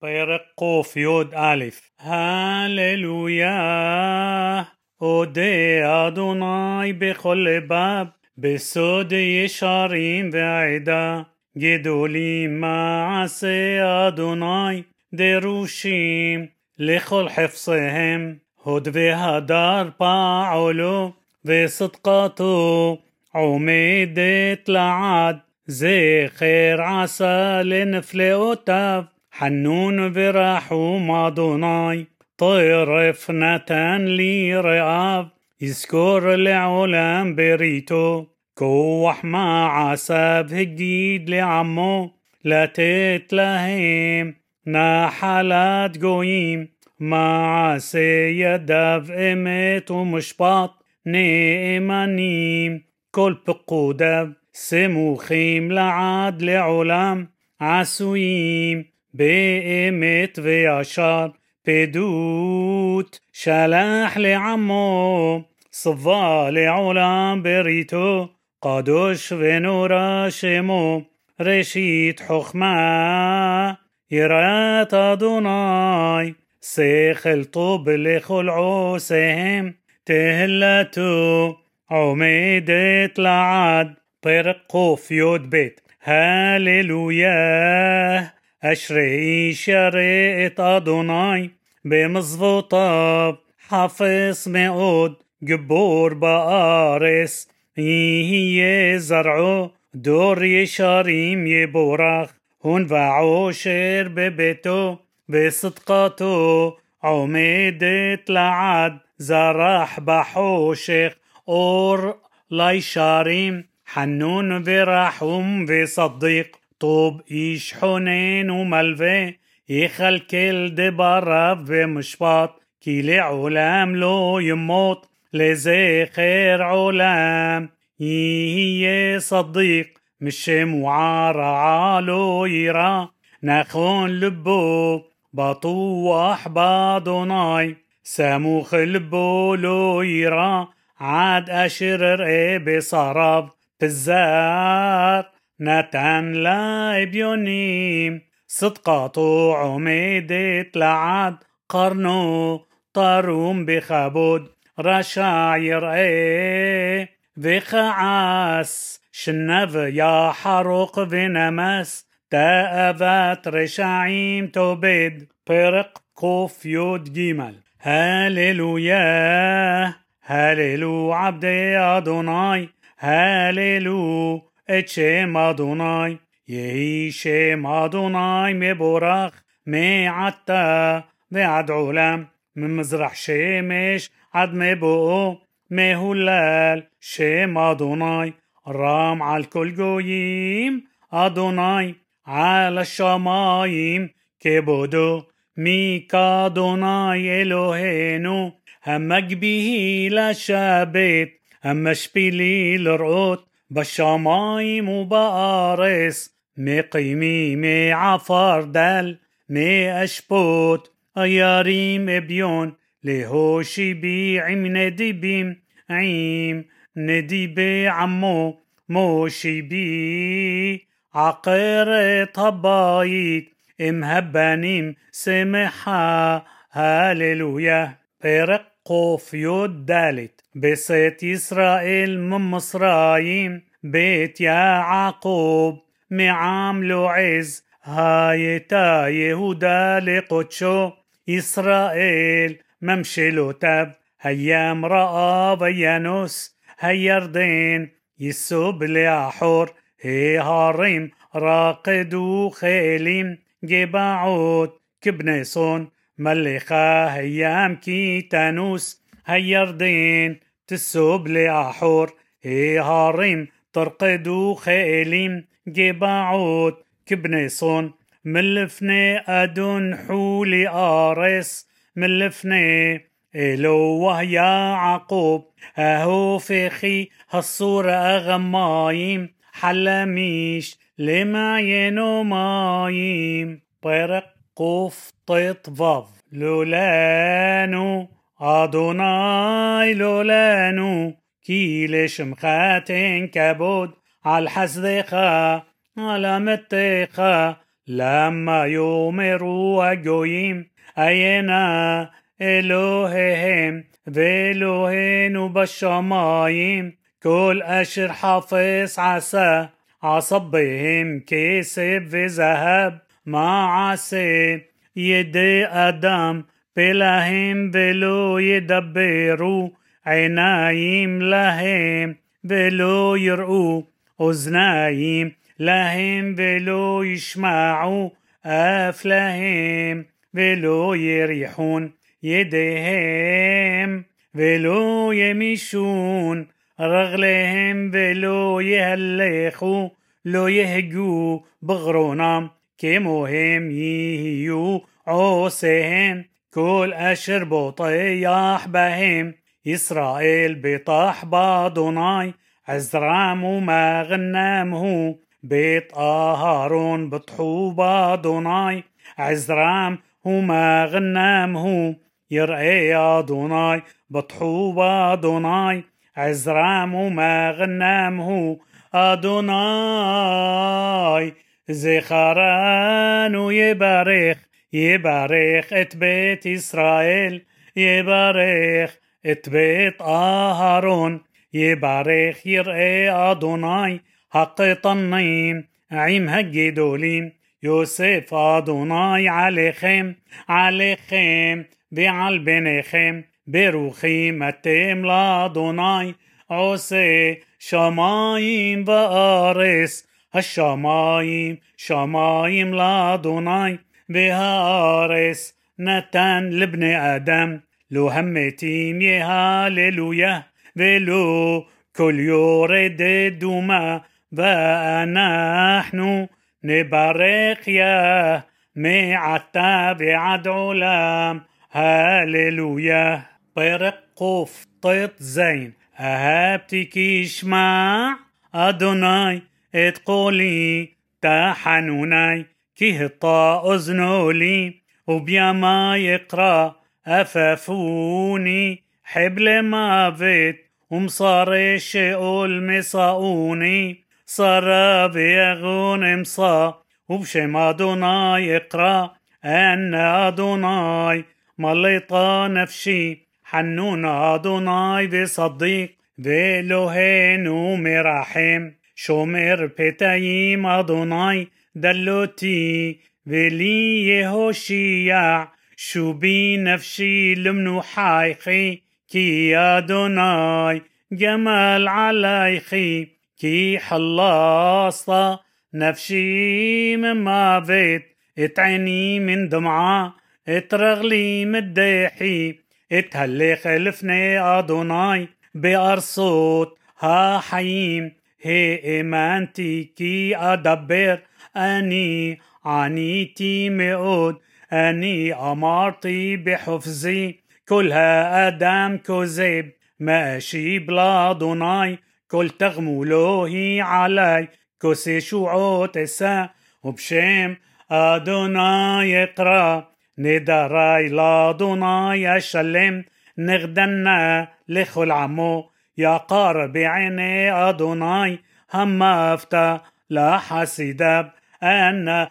פרק קי"א. הללויה, אודה אדוני בכל לבב, בסוד ישרים ועדה, גדולים מעשה אדוני, דרושים לכל חפציהם, הוד והדר פעולו, וסדקתו עומדת לעד, זכר עשה לנפלאותיו, חנון ורחום אדוני, טרף נתן לי רעב, יזכור לעולם בריתו, כוח מעשיו הגיד לעמו, לתת להם נחלת גויים, מעשה ידיו אמת ומשפט, נאמנים כל פקודיו, סמוכים לעד לעולם, עשויים באמת וישר, פדות שלח לעמו, צווה לעולם בריתו, קדוש ונורא שמו, ראשית חוכמה יראת אדוני, שכל טוב לכל עושיהם, תהילתו עומדת לעד. פרק קי"ב. הללויה, אשרי איש ירא את אדוני, במצוותיו חפץ מאוד, גיבור בארץ, יהיה זרעו, דור ישרים יבורך, הון ועושר בביתו, וסדקתו עומדת לעד, זרח בחושך, אור לישרים, חנון ורחום וסדיק, טוב איש חונן ומלווה, יכלכל דבריו ומשפט, כי לעולם לא ימות, לזכר עולם יהיה צדיק, משמועה רעה לא יירא, נכון לבו בטוח באדוני, סמוך לבו לא יירא, עד אשר יראה בשריו, פזר נתן לאביונים, סדקתו עומדת לעד, קרנו תרום בכבוד, רשע יראה וכעס, שנב יחרוק ונמס, תאוות רשעים תאבד. פרק קי"ג. הללויה, הללו עבדי אדוני, הללו את שם אדוני, יהי שם אדוני מבורך, מעתה ועד עולם, ממזרח שמש עד מבואו, מהולל שם אדוני, רם על כל גויים, אדוני על השמיים כבודו, מי כאדוני אלוהינו, המגביהי לשבת, המשפילי לראות, בשמיים ובארץ, מקימי מעפר דל, מאשפות, ירים אביון, להושיבי עם נדיבים, עם נדיבי עמו, מושיבי עקרת הבית, עם הבנים שמחה. הללויה. פרק קי"ד. בית ישראל ממצרים, בית יעקב מעם לועז, הייתה יהודה לקודשו, ישראל ממשלותיו, הים ראה וינוס, הירדן יסוב לאחור, ההרים רקדו חיילים, גבעות כבני צאן, מלכה הים כי תנוס, הירדן תסוב לאחור, ההרים תרקדו חיילים, גבעות כבני צאן, מלפני אדון חולי ארס, מלפני אלוה יעקב, ההופכי הסור אגמים, חלמיש למעיינו מים. פרק קי"ו. לולנו אדוני לולנו, כי לשמך תן כבוד, על חסדך על אמתך لما يؤمروا הגויים أينا إلههم وإلهنا בשמיים כל אשר חפץ עשה עصبهم כסף וזהב מעשה ידי אדם בלהם ולא ידברו עיניים להם ולא יראו אוזניים להם ולא ישמעו אף להם ולא יריחון ידיהם ולא ימישון רגליהם ולא יהלכו לא יהגו בגרונם כמוהם יהיו עושיהם כל אשר בוטח בהם ישראל בטח באדוני עזרם ומגנם הוא בית אהרון בטחו באדוני עזרם ומגנם הוא יראה אדוני בטחו באדוני עזרם ומגנם הוא אדוני זכרנו יברך את בית ישראל יברך את בית אהרון יברך יראה אדוני הקטנים עם הגדולים יוסף אדוני עליכם ועל בניכם ברוכים אתם לאדוני עושה שמיים וארץ השמיים שמיים לאדוני והארץ נתן לבני אדם לא המתים יהללויה ולא כל יורד דומה ואנחנו נברך יה מעתה ועד עולם הללויה. פרק קוף טית זין אהבתי כי ישמע אדוני את קולי תחנוני כי הטה אוזנו לי ובימה יקרא אפפוני חבל מוות ומסרי שאול מסעוני שרה ויגון אמסע ובשם אדוני יקרא أنا أدوناي مليطا نفسي حنون أدوناي بصديق بإلهينو مراحم شومر بتايم أدوناي دلوتي ولي يهوشيع شوبي نفسي لمنو حايخي كي أدوناي جمال عليخي كي حلاصة نفسي من مافت اتعيني من دمعة اترغلي مدحي اتهلخ لفني أدوناي بأرصوت ها حييم هي إيمانتي كي أدبر أني عانيتي مئود أني أمرتي بحفظي كلها أدم كذب ماشي بلا أدوناي كل تغمولوهي علي كسي شوعوت السا وبشم أدوناي يقرأ ندراي لأدوناي أشلم نغدنا لخل عمو يقار بعيني أدوناي هم أفتى لا حسيدب أن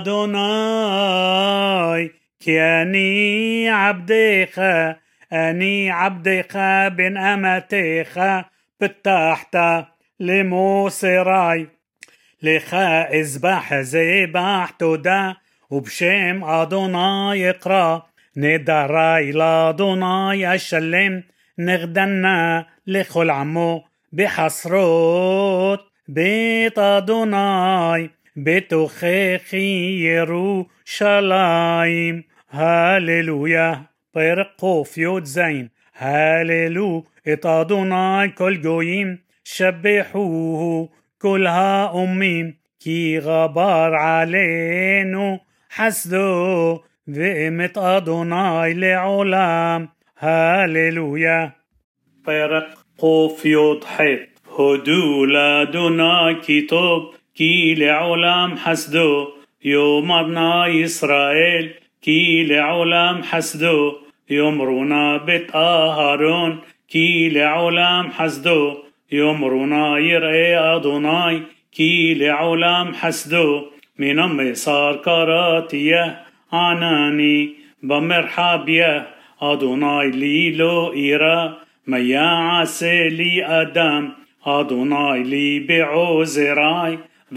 أدوناي كياني عبديخ أني عبديخ بن أمتيخ بتحت لموسراي לך אזבח זבח תודה ובשם אדוני יקרא נדרי לאדוני אשלם נגדנה לכל עמו בחסרות בית אדוני בתוככי ירושלים הללויה. פרק קוף י' זין הללו את אדוני כל גויים שבחוהו كل هؤمين كي غبار علينو حسدو وإمت أدوناي لعلام هاليلويا. פרק קוף י"ח הודו לאדוני כי טוב כי לעולם חסדו יאמרנה ישראל כי לעולם חסדו יאמרונה בית אהרון כי לעולם חסדו يمرنا يرأي أدوناي كي لعلام حسدو من המסר קראתיה ענני במרחביה אדוני לי לא אירא מה יעשה לי אדם אדוני לי בעוזרי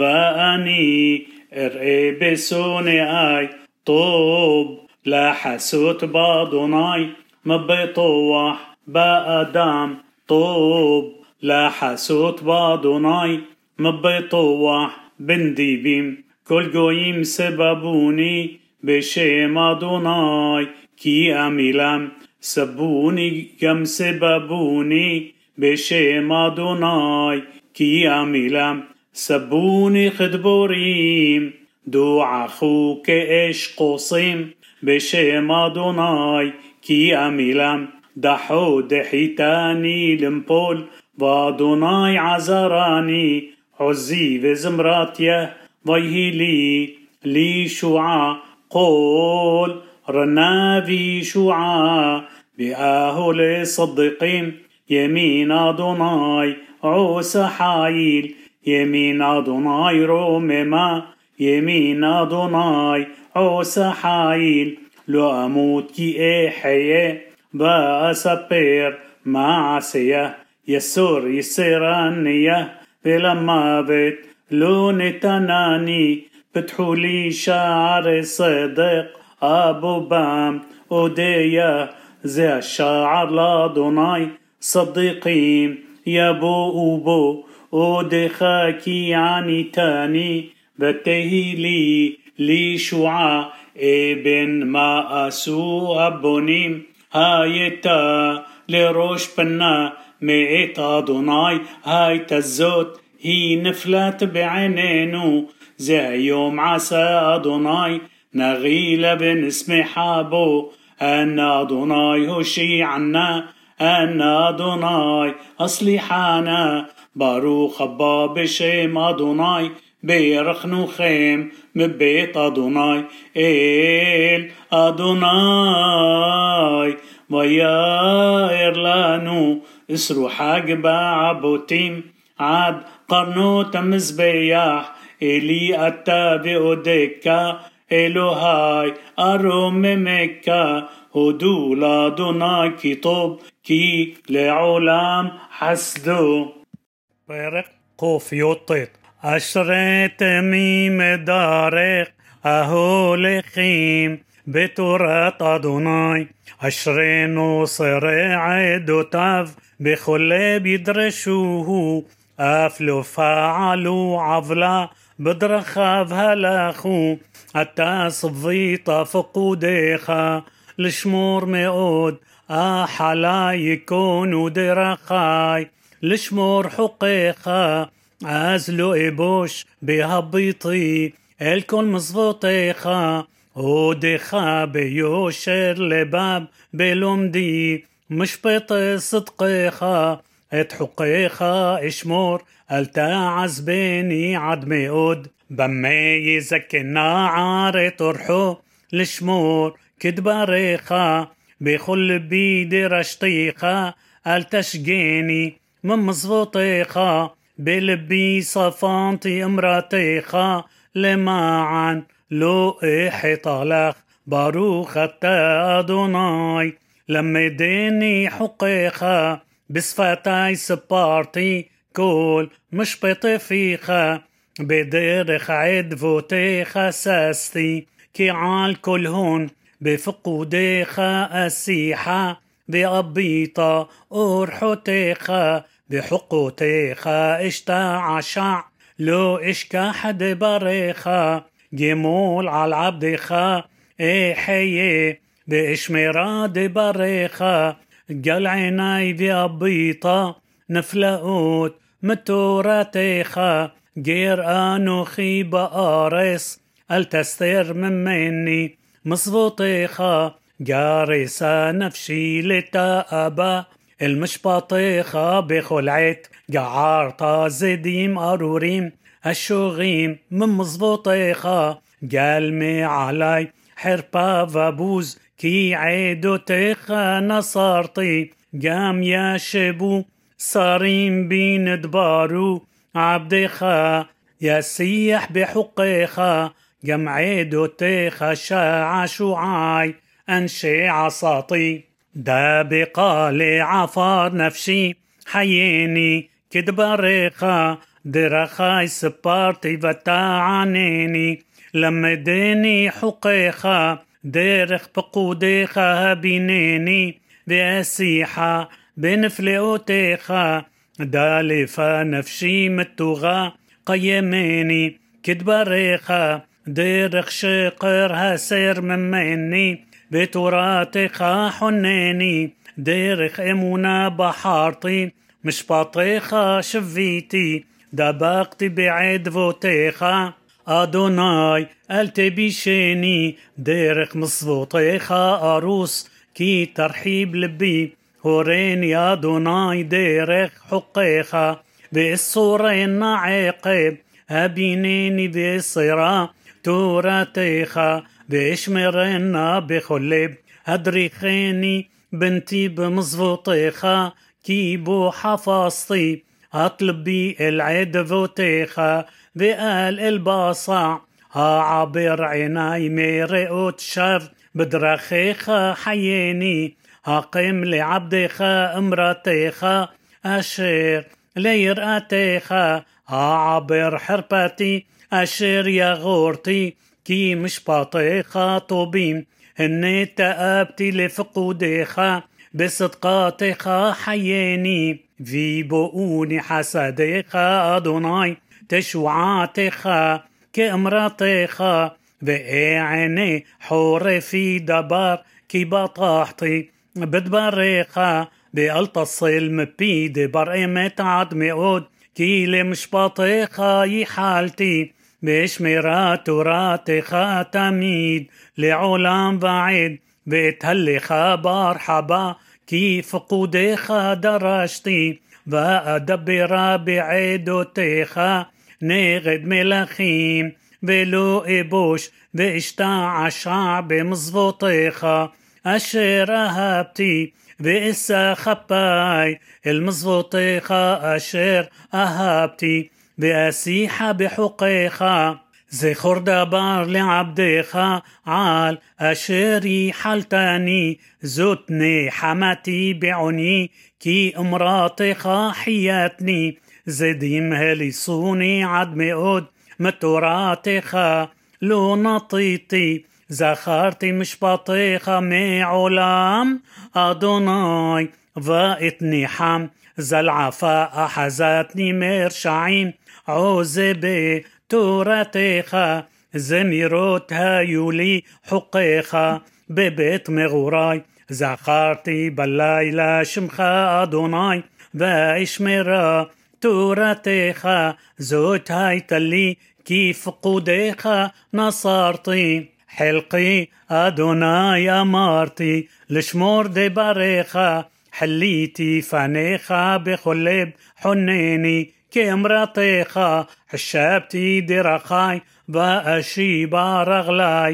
ואני אראה בשונאי טוב לחסות באדוני מבטוח באדם טוב לחסות באדוני מבטוח בנדיבים כל גויים סבבוני בשם אדוני כי עמילם סבוני גם סבבוני בשם אדוני כי עמילם סבוני חדבורים דועכו כאש קוסים בשם אדוני כי עמילם דחו דחיתני למפול ואדוני עזרני עוזי וזמרתיה ויהי לי שועה قول رنابي شوعا بأهل صدقين يمين أدوناي عوس حايل يمين أدوناي رومما يمين أدوناي عوس حايل لو أموت كي أحيا بأسبر معسيه يسور يسرانيه ולמה בית לא נתנני פתחו לי שער צדק אבו בם אודיה זה השער לאדוני צדיקים יבואו בו אודך כי עניתני ותהי לי שועה אבן מעשו הבונים הייתה לראש פנה מאת אדוני הייתה זאת היא נפלת בעינינו זה היום עשה אדוני נגילה ונשמחה בו אנ אדוני הושיענה אנ אדוני אסליחנה ברוך הבא בשם אדוני ברכנוכם מבית אדוני אל אדוני ויאר לנו אסרו חג בעבותים עד קרנות המזבח אלי אתה ואודקה אלוהי ארוממך הודו לאדוני כי טוב כי לעולם חסדו. פרק ק"ט אשרי תמים דרך ההולכים בתורת אדוני אשרינו שרי עדותיו בכל לב ידרשוהו אף לא פעלו עוולה בדרכיו הלכו אתה צבית פקודיך לשמור מאוד אחלי יקונו דרכי לשמור חוקיך אז לא אבוש בהביטי אל כל מצוותיך הודך ביושר לבב בלומדי משפט צדקך את חוקיך אשמור אל תעזבני עד מאוד במה יזכה נער את אורחו לשמור כדבריך בכל לבי דרשתיך אל תשגני ממצוותיך בלבי צפנתי אמרתיך למען לא אחטא לך ברוך אתה אדוני למדני חוקיך בשפתי ספרתי כל משפטי פיך בדרך עדבותיך ששתי כי על כל הון בפקודיך אשיחה ואביט אורחותיך בחוקותיך אשתעשע לא אשכח דבריך גמול על עבדך אחיה באשמרה דבריך גל עיני ואביטה נפלאות מתורתך גר אנוכי בארץ אל תסתר ממני מצוותיך גרסה נפשי לתאבה אל משפטיך בכל עת גערת זדים ארורים השוגים ממצוותיך גל מעלי חרפה ובוז כי עדותיך נסרתי גם ישבו שרים בי נדברו עבדך يسيح بحقيخا جمع دوتيخا شاع شعاي أنشي عصاطي دابقا لعفار نفسي حييني كدبريخا درخاي سبارتي فتاعنيني لمديني حقيخا درخ بقوديخا بينيني بأسيحا بنفلئوتيخا دالفا نفسي متوغا قيميني كدبريخا درخ شقر هسير مميني بتوراتيخا حنيني درخ امونا بحارتي مش باطيخا شفيتي دبقتي بعيد فوتيخا أدوناي التبيشيني درخ مصفوطيخا أروس كي ترحيب لبي هوريني أدوناي درخ حقيخا بالصورين عقب هبينيني بالصرا توراتيخا بإشمرنا بخلب هدريخيني بنتي بمصفوطيخا كيبو حفاظتي أطلبي العيد فوتيخا بقال الباصع عبر عيناي ميرئوت شاف بدرخيخا حييني قم لعبديخا امراتيخا أشير ليرأتيخا عبر حربتي أشير يا غورتي كي مش باطيخا طوبين هني تأبتي لفقوديخا بصدقاتيخا حييني في بؤوني حسديخا أدوناي تشوعاتيخا كامراتيخا بعيني حوري في دبار كي بطاحتي بدبريخا بألتصل مبيد برقمت عد مئود كي لمش باطيخا يحالتي بشمرات وراتيخا تميد لعلام بعيد بتهلخا برحبا كي فقوديخا درشتي وأدبرا بعيدوتيخا نغد ملخيم بلو إبوش بإشتاع شعب مزبوطيخا أشير أهبتي بإسا خباي المزبوطيخا أشير أهبتي بأسيحة بحقيخا زخور دبار لعبديخا عال أشيري حلتاني زوتني حماتي بعني كي امراتيخا حياتني زديم هليصوني عد مئود متوراتيخا لو نطيتي زخارتي مش باطيخا مي علام أدوناي فائتني حم زالعفا أحزاتني مرشعين عوزبي توراتيخا زميروت هايولي حقيخا ببيت مغوراي زخارتي بالليلة شمخا أدوناي وإشمرا توراتيخا زوت هايتلي كيف قوديخا نصارتي حلقي أدوناي أمارتي لشمور دي باريخا حليتي فانيخا بخلب حنيني كامراتيخا حشابتي درخاي بأشي بارغلاي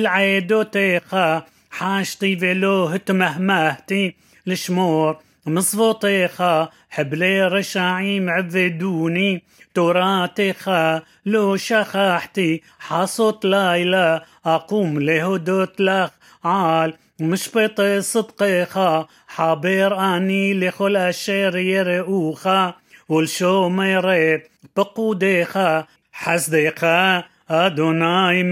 العيدوتيخا حاشتي فيلو هتمهمهتي لشمور مصفوطيخا حبلي رشاعي معبدوني توراتيخا لو شخاحتي حصوت لايلا أقوم لهدوت لخ عال مشبط صدقيخا حابير أني لخل أشير يرؤوخا والشو ميريت بقوديخا حسديخا أدوناي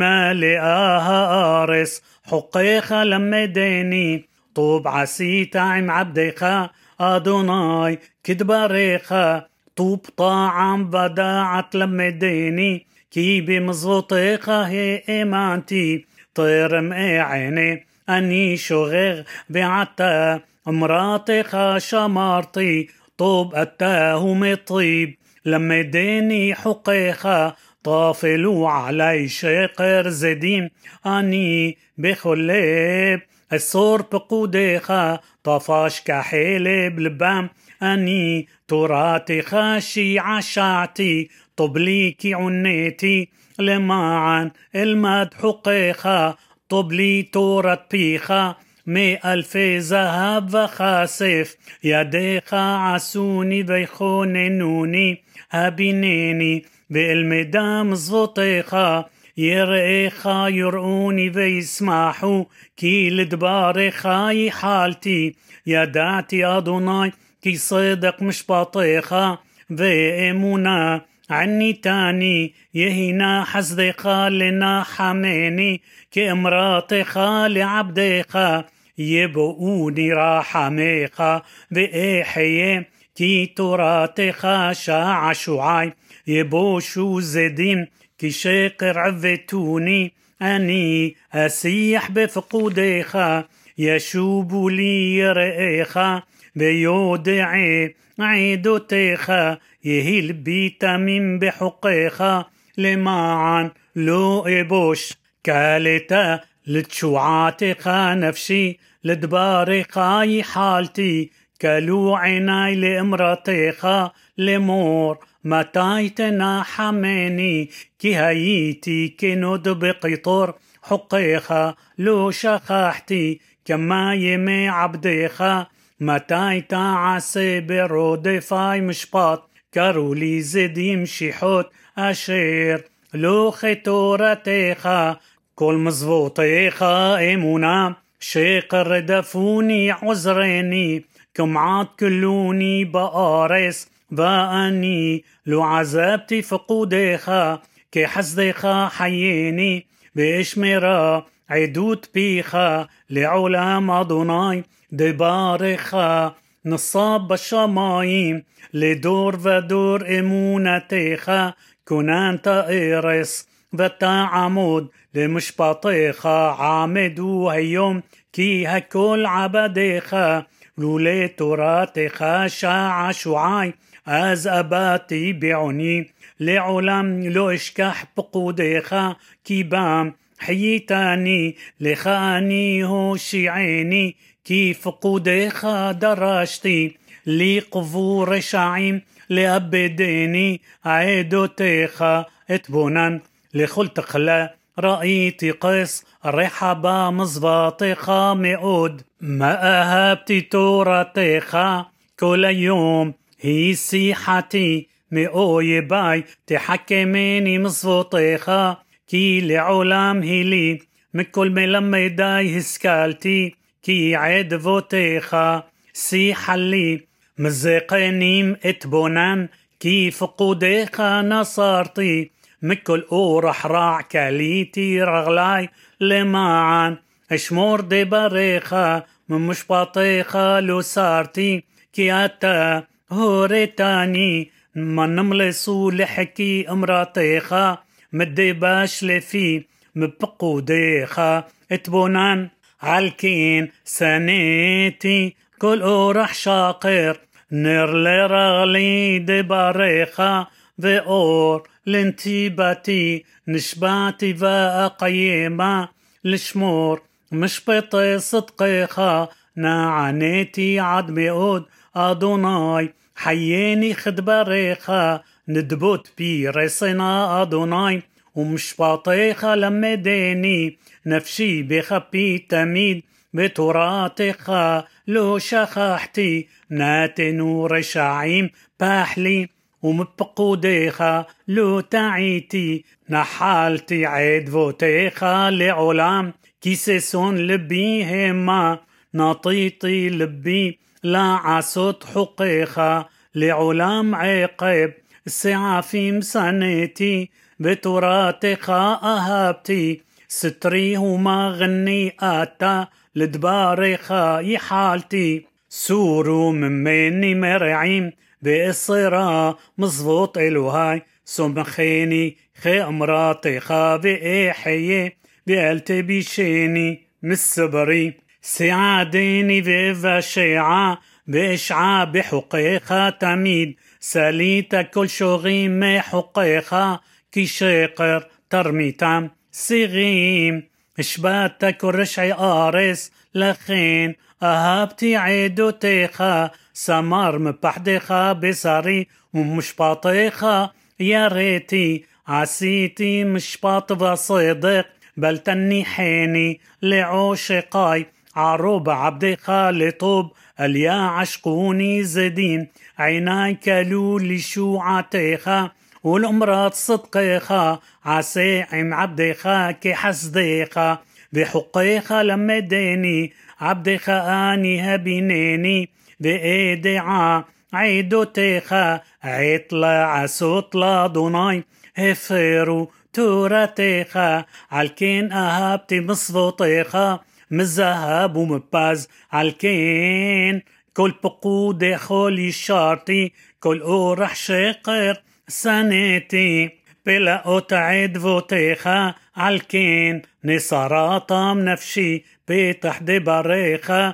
مالئاها آرس حقيخا لمديني طوب عسيتا عم عبديخا أدوناي كدبريخا طوب طاعم بداعت لمديني كي بمزوطيخا هي إيمانتي طير عيني أني شغيغ بعتا امراتيخا شمارتي طوب أتاه مطيب لمديني حقيخا طافلوا علي شقر زديم أني بخلب الصور بقوديخا طفاش كحيلب لبام أني توراتي خاشي عشعتي طبليكي عنيتي لمعن المد حقيخا طبلي تورت بيخا מאלף זהב וכסף, ידיך עשוני ויכוננוני, הבינני ואלמדה מצוותיך, יראיך יראוני וישמחו, כי לדבריך ייחלתי, ידעתי אדוני כי צדק משפטיך ואמונה עניתני, יהינה חסדך לנחמני, כאמרתך לעבדך, יבואוני רחמך ואחיה, כי תורתך שעשועי, יבושו זדים כי שקר עבטוני, אני אשיח בפקודיך, ישובו לי יראיך, ויודעי עדותיך, יהי לבי תמים בחוקיך, למען לא אבוש. קלטה לתשועתך נפשי, לדבריך ייחלתי, כלו עיני לאמרתך, לאמור מתי תנחמני, כי הייתי כנוד בקטור, חוקיך לא שכחתי, כמה ימי עבדך, מתי תעשה ברודפי משפט, קראו לי זדים שיחות, אשר לא כתורתך, כל מצוותיך אמונה, שקר רדפוני עוזרני, כמעט כלוני בארץ, ואני לא עזבתי פקודיך, כחסדך חייני, ואשמרה עדות פיך, לעולם אדוני דברך, נصب בשמיים, לדור ודור אמונתך, כוננת ארץ, ותעמוד למשפטיך, עמדו היום, כי הכל עבדיך, לולא תורתך שעשועי, אז אבדתי בעוני, לעולם לא אשכח פקודיך, כי בם חייתני, לך אני הושיעני, כי פקודיך דרשתי, לי קבור רשעים לאבדני, עדותיך אתבונן, לכל תכלה ראיתי קס, רחבה מצוותיך מאוד, מה אהבתי תורתך, כל היום היא שיחתי, מאויבי תחכמני מצוותיך, כי לעולם היא לי, מכל מלמדי השכלתי, כי עדבותיך שיחה לי, מזקנים אתבונן, כי פקודיך נסרתי, מכל אורח רע קליתי רגלי, למען אשמור דבריך, ממשפטיך לא סרתי, כי אתה הורתני, מנמלסו לחכי אמרתך, מדבש לפי מפקודיך אתבונן, על כן שנאתי כל אורח שקר, נר לרגלי דבריך, ואור לנתיבתי, נשבעתי ואקיימה, לשמור משפטי צדקך, נעניתי עד מאוד, אדוני חייני כדבריך, נדבות בי רצנה אדוני, ומשפטיך למדני, נפשי בכפי תמיד, בתורתך לא שכחתי, נתנו רשעים פח לי, ומפקודיך לא טעיתי, נחלתי עדבותיך לעולם, כי ששון לבי המה, נטיתי לבי לעשות חוקיך, לעולם עקב, שעפים שנאתי, בתורתך אהבתי, סתרי ומגני אתה, לדבריך ייחלתי, סורו ממני מרעים, ואסרה מצוות אלוהי, סומכני כאמרתך ואחיה, ואל תבישני מסברי, סעדני ואבשעה, ואשעה בחוקיך תמיד, סלית כל שורים מחוקיך, כי שקר תרמיתם, סירים, השבעת כל רשעי ארץ, לכן אהבתי עדותיך, סמר מפחדך בשרי, ומשפטיך יראתי, עשיתי משפט וצדק, בל תניחני לעושקי, عروب عبدك لطوب اليا عشقوني زدين عيناي كلو لشوعتك والأمراض صدقك عساعم عبدك كحسدك بحقيك لمديني عبدك آني هبينيني بإيدعا عيدوتيخا عطلا عسوطلا دوناي هفيرو تورتيخا عالكين أهابتي مصفوطيخا مزهب ومباز عالكين كل بقود خولي شارتي كل أورح شقر سنتي بلا أتعد فوتيخا عالكين نصراطم نفشي بتحدي بريخا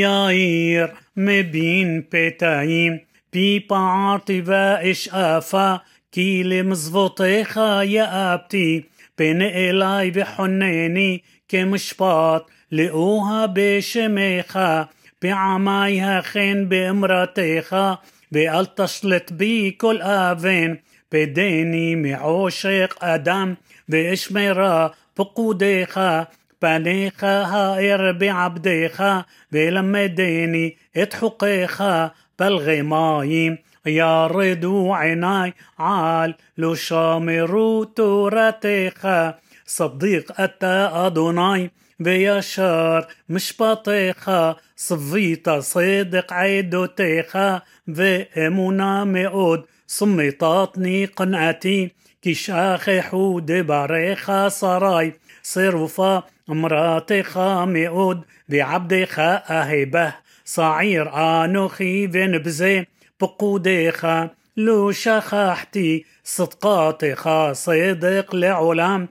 ياير مبين بتايم بي بعطي باش آفا كيلي مزفوطيخا يا أبتي بين إلاي بحنيني كمشباط لقوها بشميخا بعمايها خين بامراتيخا بقلتشلت بي كل آفين بديني معوشق أدم بإشمرا بقوديخا بنيخا هائر بعبديخا بلمديني اتحقيخا بالغمايم يا ردو عيناي عال لو شامرو تورتيخا صديق أتا أدوناي بيشار مشبطيخا صفيتا صدق عيدوتيخا وإمونا مئود صميطاتني قنعتي كشاخي حود باريخا سراي صرفا امراتيخا مئود بعبديخا أهبه صعير آنوخي بنبزي بقوديخا لو شخاحتي صدقاتيخا صدق لعلام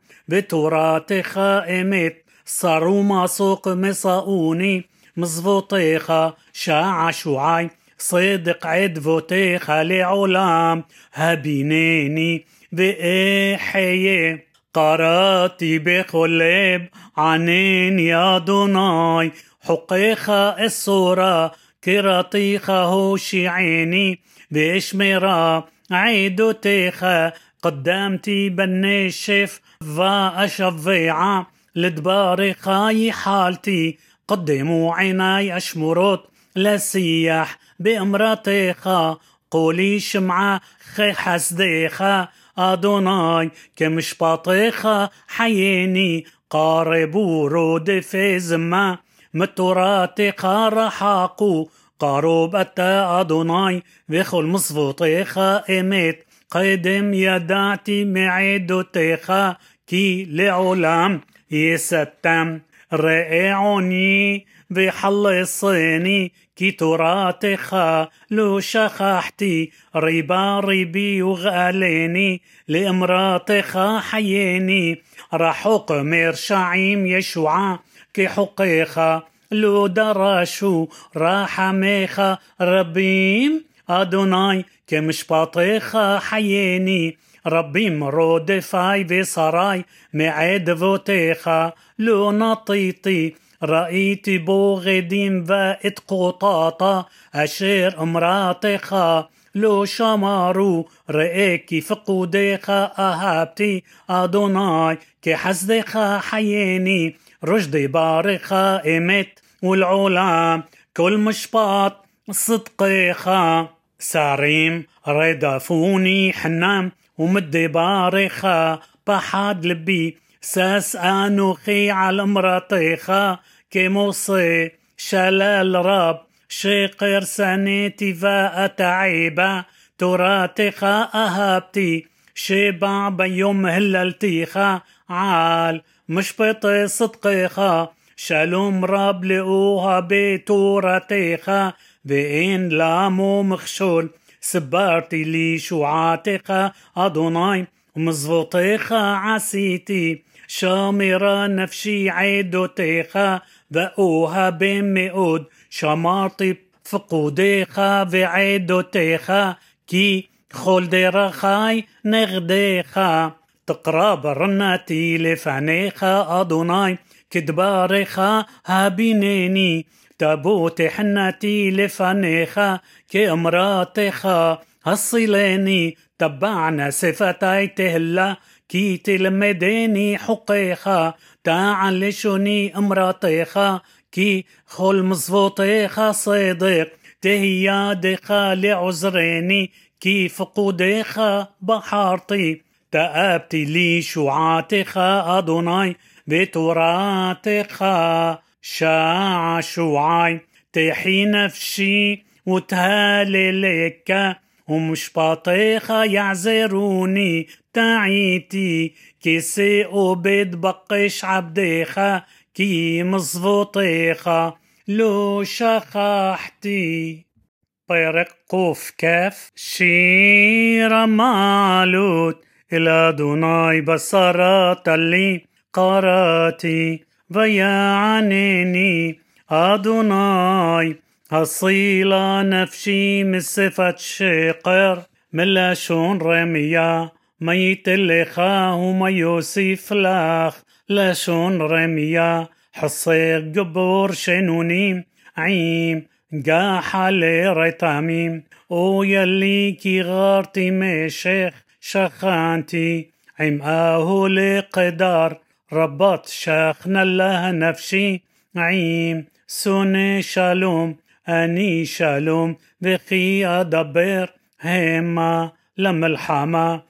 بتوراتيخا إمت صاروا ماسوق مصاوني مزبوطيخا شاع شعاي صدق عدفوتيخا لعلام هبينيني بإحيي قراتي بقلب عنين يا دوناي حقيخا الصورة كراتيخا هوشي عيني بإشمرا عيدوتيخا قدامتي بنشف وأشفيعا لدباري خاي حالتي قدموا عيناي أشمروت لسيح بأمراتيخا قولي شمعة خي حسديخا أدوناي كمشباطيخا حييني قاربو رود في زما متوراتيخا رحاقو قاروب أتا أدوناي بخل مصفوطيخا إميت قدم يدعتي معيدوتيخا كي لعلام يستم رائعوني بحلصيني كي تراتخا لو شخحتي ريبا ريبي وغاليني لامراتخا حييني رحق مرشعيم يشوعا كي حقيخا لو دراشو راحميخا ربيم أدوناي كمشباطيخا حييني ربي مرودفاي بصراي معدفوتيخا لو نطيطي رأيتي بوغدين فائت قطاطا أشير امراتيخا لو شمارو رأيكي فقوديخا أهابتي أدوناي كحزديخا حييني رشدي باريخا إمت والعلام كل مشباط صدقيخا ساريم ردفوني حنام ومدي باريخا بحاد لبي ساس آنوخي على مراتيخا كموصي شلال رب شقر سنتي فأتعيبا تراتيخا أهابتي شبع بيوم هللتيخا عال مشبطي صدقيخا شالوم رب لقوها بتوراتيخا بإن لامو مخشول سبارتي لي شوعاتيخا أدوناي ومزبوطيخا عسيتي شامرة نفشي عيدوتيخا بقوها بمئود شمارتي فقوديخا بعيدوتيخا كي خول رخاي نغديخا تقرب رناتي لفعنيخا أدوناي كدباريخا هابينيني تابوت حناتي لفعنيخا كامراتيخا هصيليني تبعنا صفتاي تهلا كي تلمديني حقيخا تعلشني امراتيخا כי כל מצוותיך צדק, תהיה ידך לעזרני, כי פקודיך בחרתי. תאבתי לי שועתך אדוני, בתורתך שעשועי. תחי נפשי ותהללך, ומשפטיך יעזרוני. טעיתי כיסא עובד בקש עבדך, כי מצוותיך לא שכחתי. פרק קכ. שיר המעלות אל אדוני בשרת לי, קראתי ויענני אדוני. הצילה נפשי משפת שקר, מלשון רמיה. מה ייתן לך ומה יוסיף לך, לשון רמיה. חסר גבור שנונים, עם גחלי רתמים. אוי לי כי גרתי משך, שכנתי עם אהולי קדר. רבת שכנה לה נפשי, עם שונא שלום. אני שלום וכי אדבר המה למלחמה.